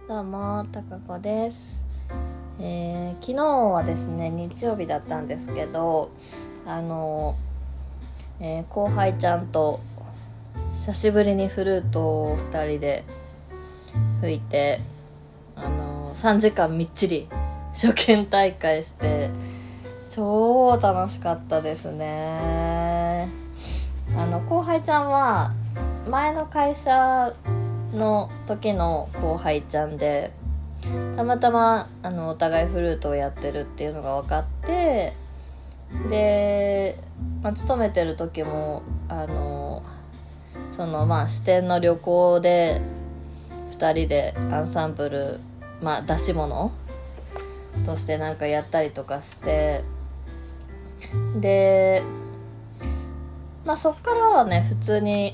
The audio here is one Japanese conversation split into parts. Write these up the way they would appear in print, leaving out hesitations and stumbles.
どうも、たかこです。昨日はですね、日曜日だったんですけど、後輩ちゃんと久しぶりにフルートを2人で吹いて、3時間みっちり初見大会して超楽しかったですね。後輩ちゃんは前の会社の時の後輩ちゃんで、たまたまお互いフルートをやってるっていうのが分かって、で、勤めてる時も支店の旅行で2人でアンサンブル、出し物としてなんかやったりとかして、でそっからはね、普通に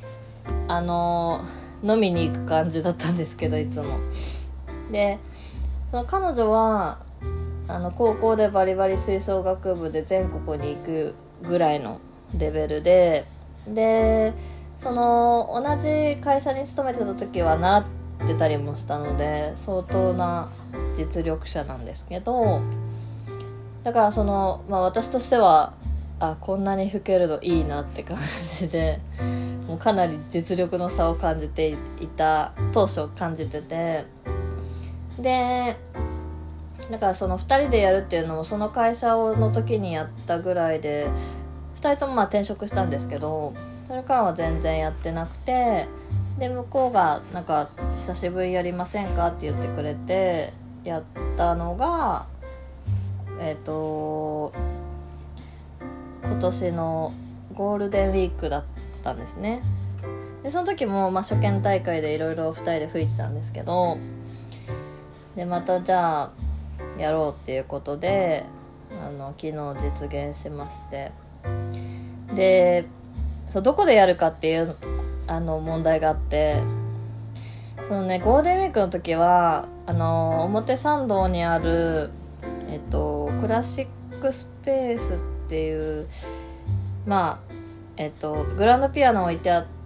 飲みに行く感じだったんですけど、いつも。で、その彼女は高校でバリバリ吹奏楽部で全国に行くぐらいのレベルで、その同じ会社に勤めてた時は習ってたりもしたので、相当な実力者なんですけど、だから私としてはこんなに吹けるのいいなって感じで、もうかなり実力の差を感じていた、当初感じてて、でだからその2人でやるっていうのもその会社の時にやったぐらいで、2人とも転職したんですけど、それからは全然やってなくて、で向こうがなんか久しぶりやりませんかって言ってくれてやったのが今年のゴールデンウィークだったんですね。でその時も初見大会でいろいろ2人で吹いてたんですけど、でまたじゃあやろうっていうことで昨日実現しまして、でどこでやるかっていう問題があって、ゴールデンウィークの時は表参道にあるクラシックスペースっていうグランドピアノ置いてあって、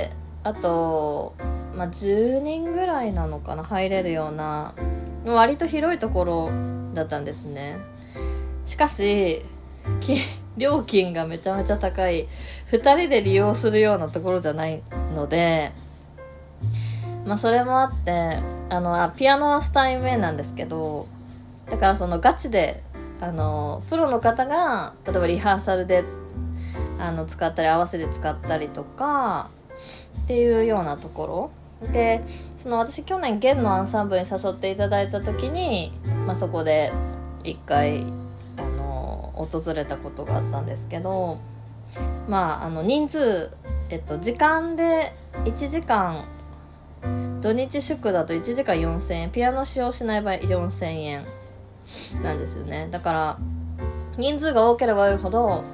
あと10人ぐらいなのかな、入れるような割と広いところだったんですね。しかし料金がめちゃめちゃ高い、2人で利用するようなところじゃないので、それもあってピアノはスタインウェイなんですけど、だからガチでプロの方が例えばリハーサルで使ったり合わせて使ったりとかっていうようなところで、私去年弦のアンサンブルに誘っていただいた時に、そこで一回訪れたことがあったんですけど、人数、時間で1時間、土日祝だと1時間4000円、ピアノ使用しない場合4000円なんですよね。だから人数が多ければ多いほど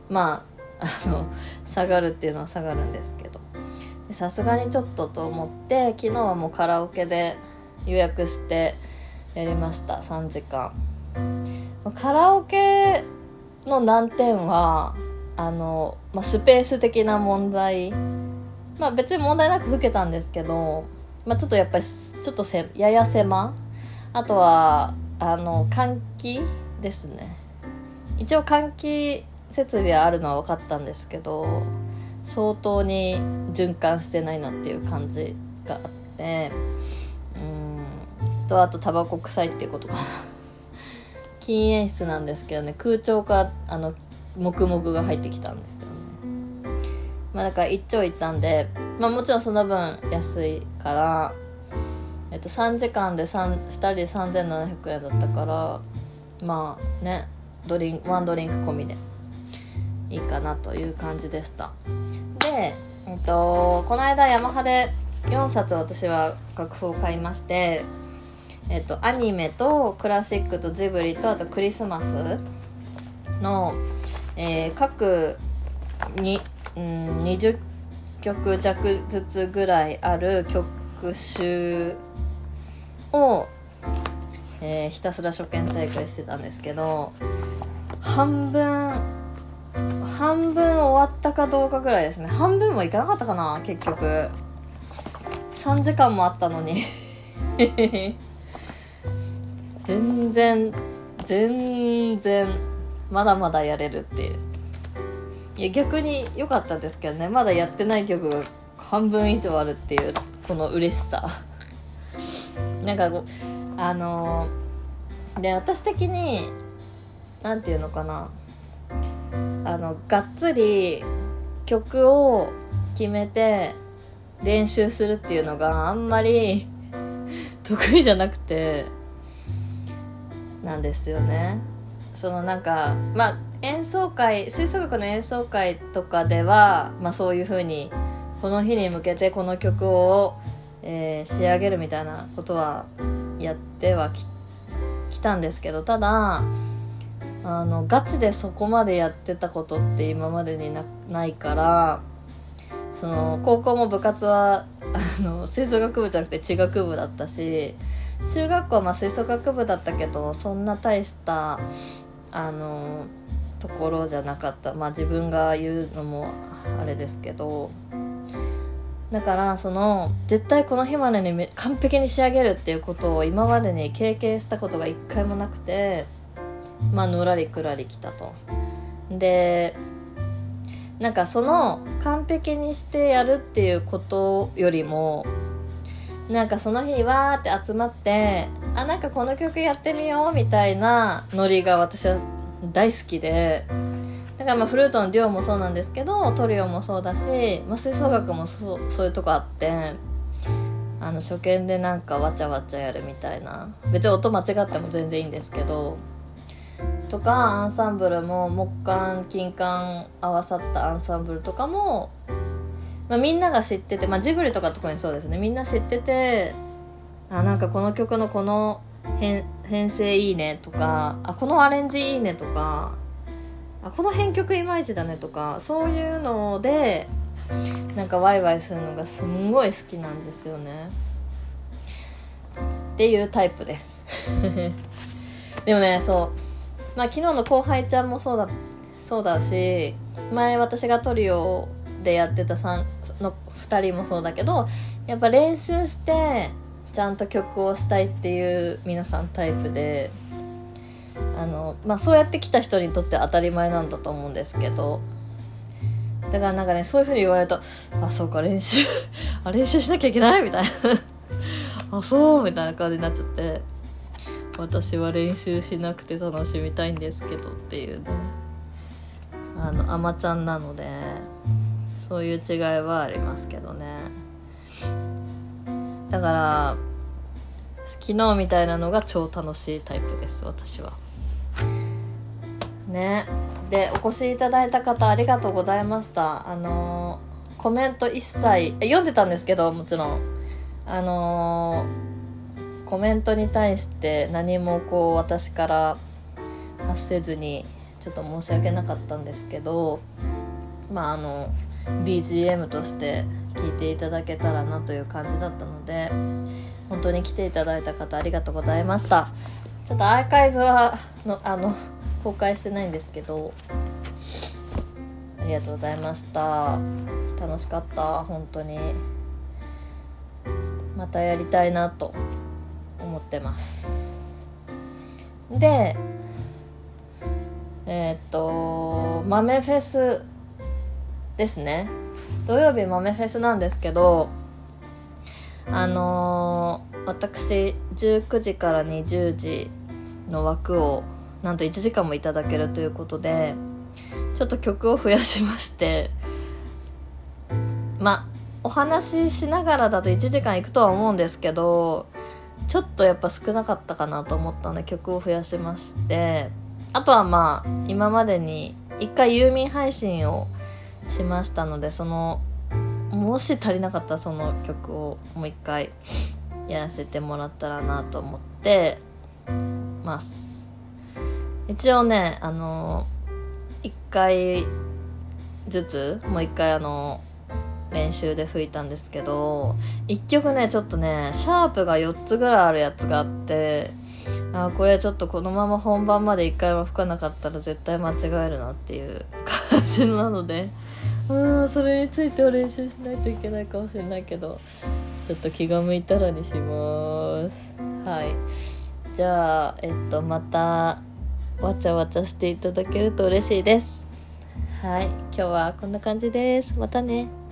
下がるっていうのは下がるんですけど、さすがにちょっとと思って昨日はもうカラオケで予約してやりました。3時間カラオケの難点はスペース的な問題、別に問題なく吹けたんですけど、ちょっとやっぱりやや狭、あとは換気ですね。一応換気設備はあるのは分かったんですけど、相当に循環してないなっていう感じがあって、あとタバコ臭いっていうことかな禁煙室なんですけどね、空調から黙々が入ってきたんですよね。だから一長一短で、もちろんその分安いから、3時間で2人で3700円だったから、ワンドリンク込みでいいかなという感じでした。で、この間ヤマハで4冊私は楽譜を買いまして、アニメとクラシックとジブリとあとクリスマスの、各に、20曲弱ずつぐらいある曲集を、ひたすら初見大会してたんですけど、半分終わったかどうかぐらいですね。半分もいかなかったかな。結局3時間もあったのに全然まだまだやれるっていう。いや逆に良かったですけどね、まだやってない曲が半分以上あるっていうこの嬉しさなんかこうで私的になんていうのかな、がっつり曲を決めて練習するっていうのがあんまり得意じゃなくてなんですよね。そのなんか演奏会、吹奏楽の演奏会とかでは、そういう風にこの日に向けてこの曲を、仕上げるみたいなことはやってはきたんですけど、ただガチでそこまでやってたことって今までにないから、その高校も部活は吹奏楽部じゃなくて地学部だったし、中学校は吹奏楽部だったけどそんな大したところじゃなかった。自分が言うのもあれですけど、だからその絶対この日までに完璧に仕上げるっていうことを今までに経験したことが一回もなくて、のらりくらり来たと。でなんかその完璧にしてやるっていうことよりも、なんかその日にわーって集まってなんかこの曲やってみようみたいなノリが私は大好きで、だからフルートのデュオもそうなんですけどトリオもそうだし、吹奏楽もそういうとこあって、初見でなんかわちゃわちゃやるみたいな、別に音間違っても全然いいんですけどとか、アンサンブルも木管金管合わさったアンサンブルとかも、みんなが知ってて、ジブリとか特にそうですね、みんな知ってて、なんかこの曲のこの編成いいねとか、このアレンジいいねとか、この編曲いまいちだねとか、そういうのでなんかワイワイするのがすんごい好きなんですよねっていうタイプですでもね、昨日の後輩ちゃんもそうだし、前私がトリオでやってた2人もそうだけど、やっぱ練習してちゃんと曲をしたいっていう皆さんタイプで、そうやって来た人にとって当たり前なんだと思うんですけど、だからなんかね、そういう風に言われると、そうか、練習しなきゃいけないみたいなそうみたいな感じになっちゃって、私は練習しなくて楽しみたいんですけどっていうね、アマちゃんなのでそういう違いはありますけどね。だから昨日みたいなのが超楽しいタイプです、私はね。で、お越しいただいた方ありがとうございました。コメント一切読んでたんですけど、もちろんコメントに対して何も私から発せずにちょっと申し訳なかったんですけど、BGM として聞いていただけたらなという感じだったので、本当に来ていただいた方ありがとうございました。ちょっとアーカイブは公開してないんですけど、ありがとうございました。楽しかった、本当に。またやりたいなと思ってます。で豆フェスですね。土曜日豆フェスなんですけど、私19時から20時の枠をなんと1時間もいただけるということで、ちょっと曲を増やしまして、お話ししながらだと1時間いくとは思うんですけど、ちょっとやっぱ少なかったかなと思ったので曲を増やしまして、あとは今までに1回ユーミン配信をしましたので、もし足りなかったらその曲をもう1回やらせてもらったらなと思ってます。一応ね、1回ずつもう1回練習で吹いたんですけど、1曲ねちょっとねシャープが4つぐらいあるやつがあって、これちょっとこのまま本番まで1回も吹かなかったら絶対間違えるなっていう感じなので、それについては練習しないといけないかもしれないけど、ちょっと気が向いたらにしまますはい。じゃあまたわちゃわちゃしていただけると嬉しいです。はい、今日はこんな感じです。またね。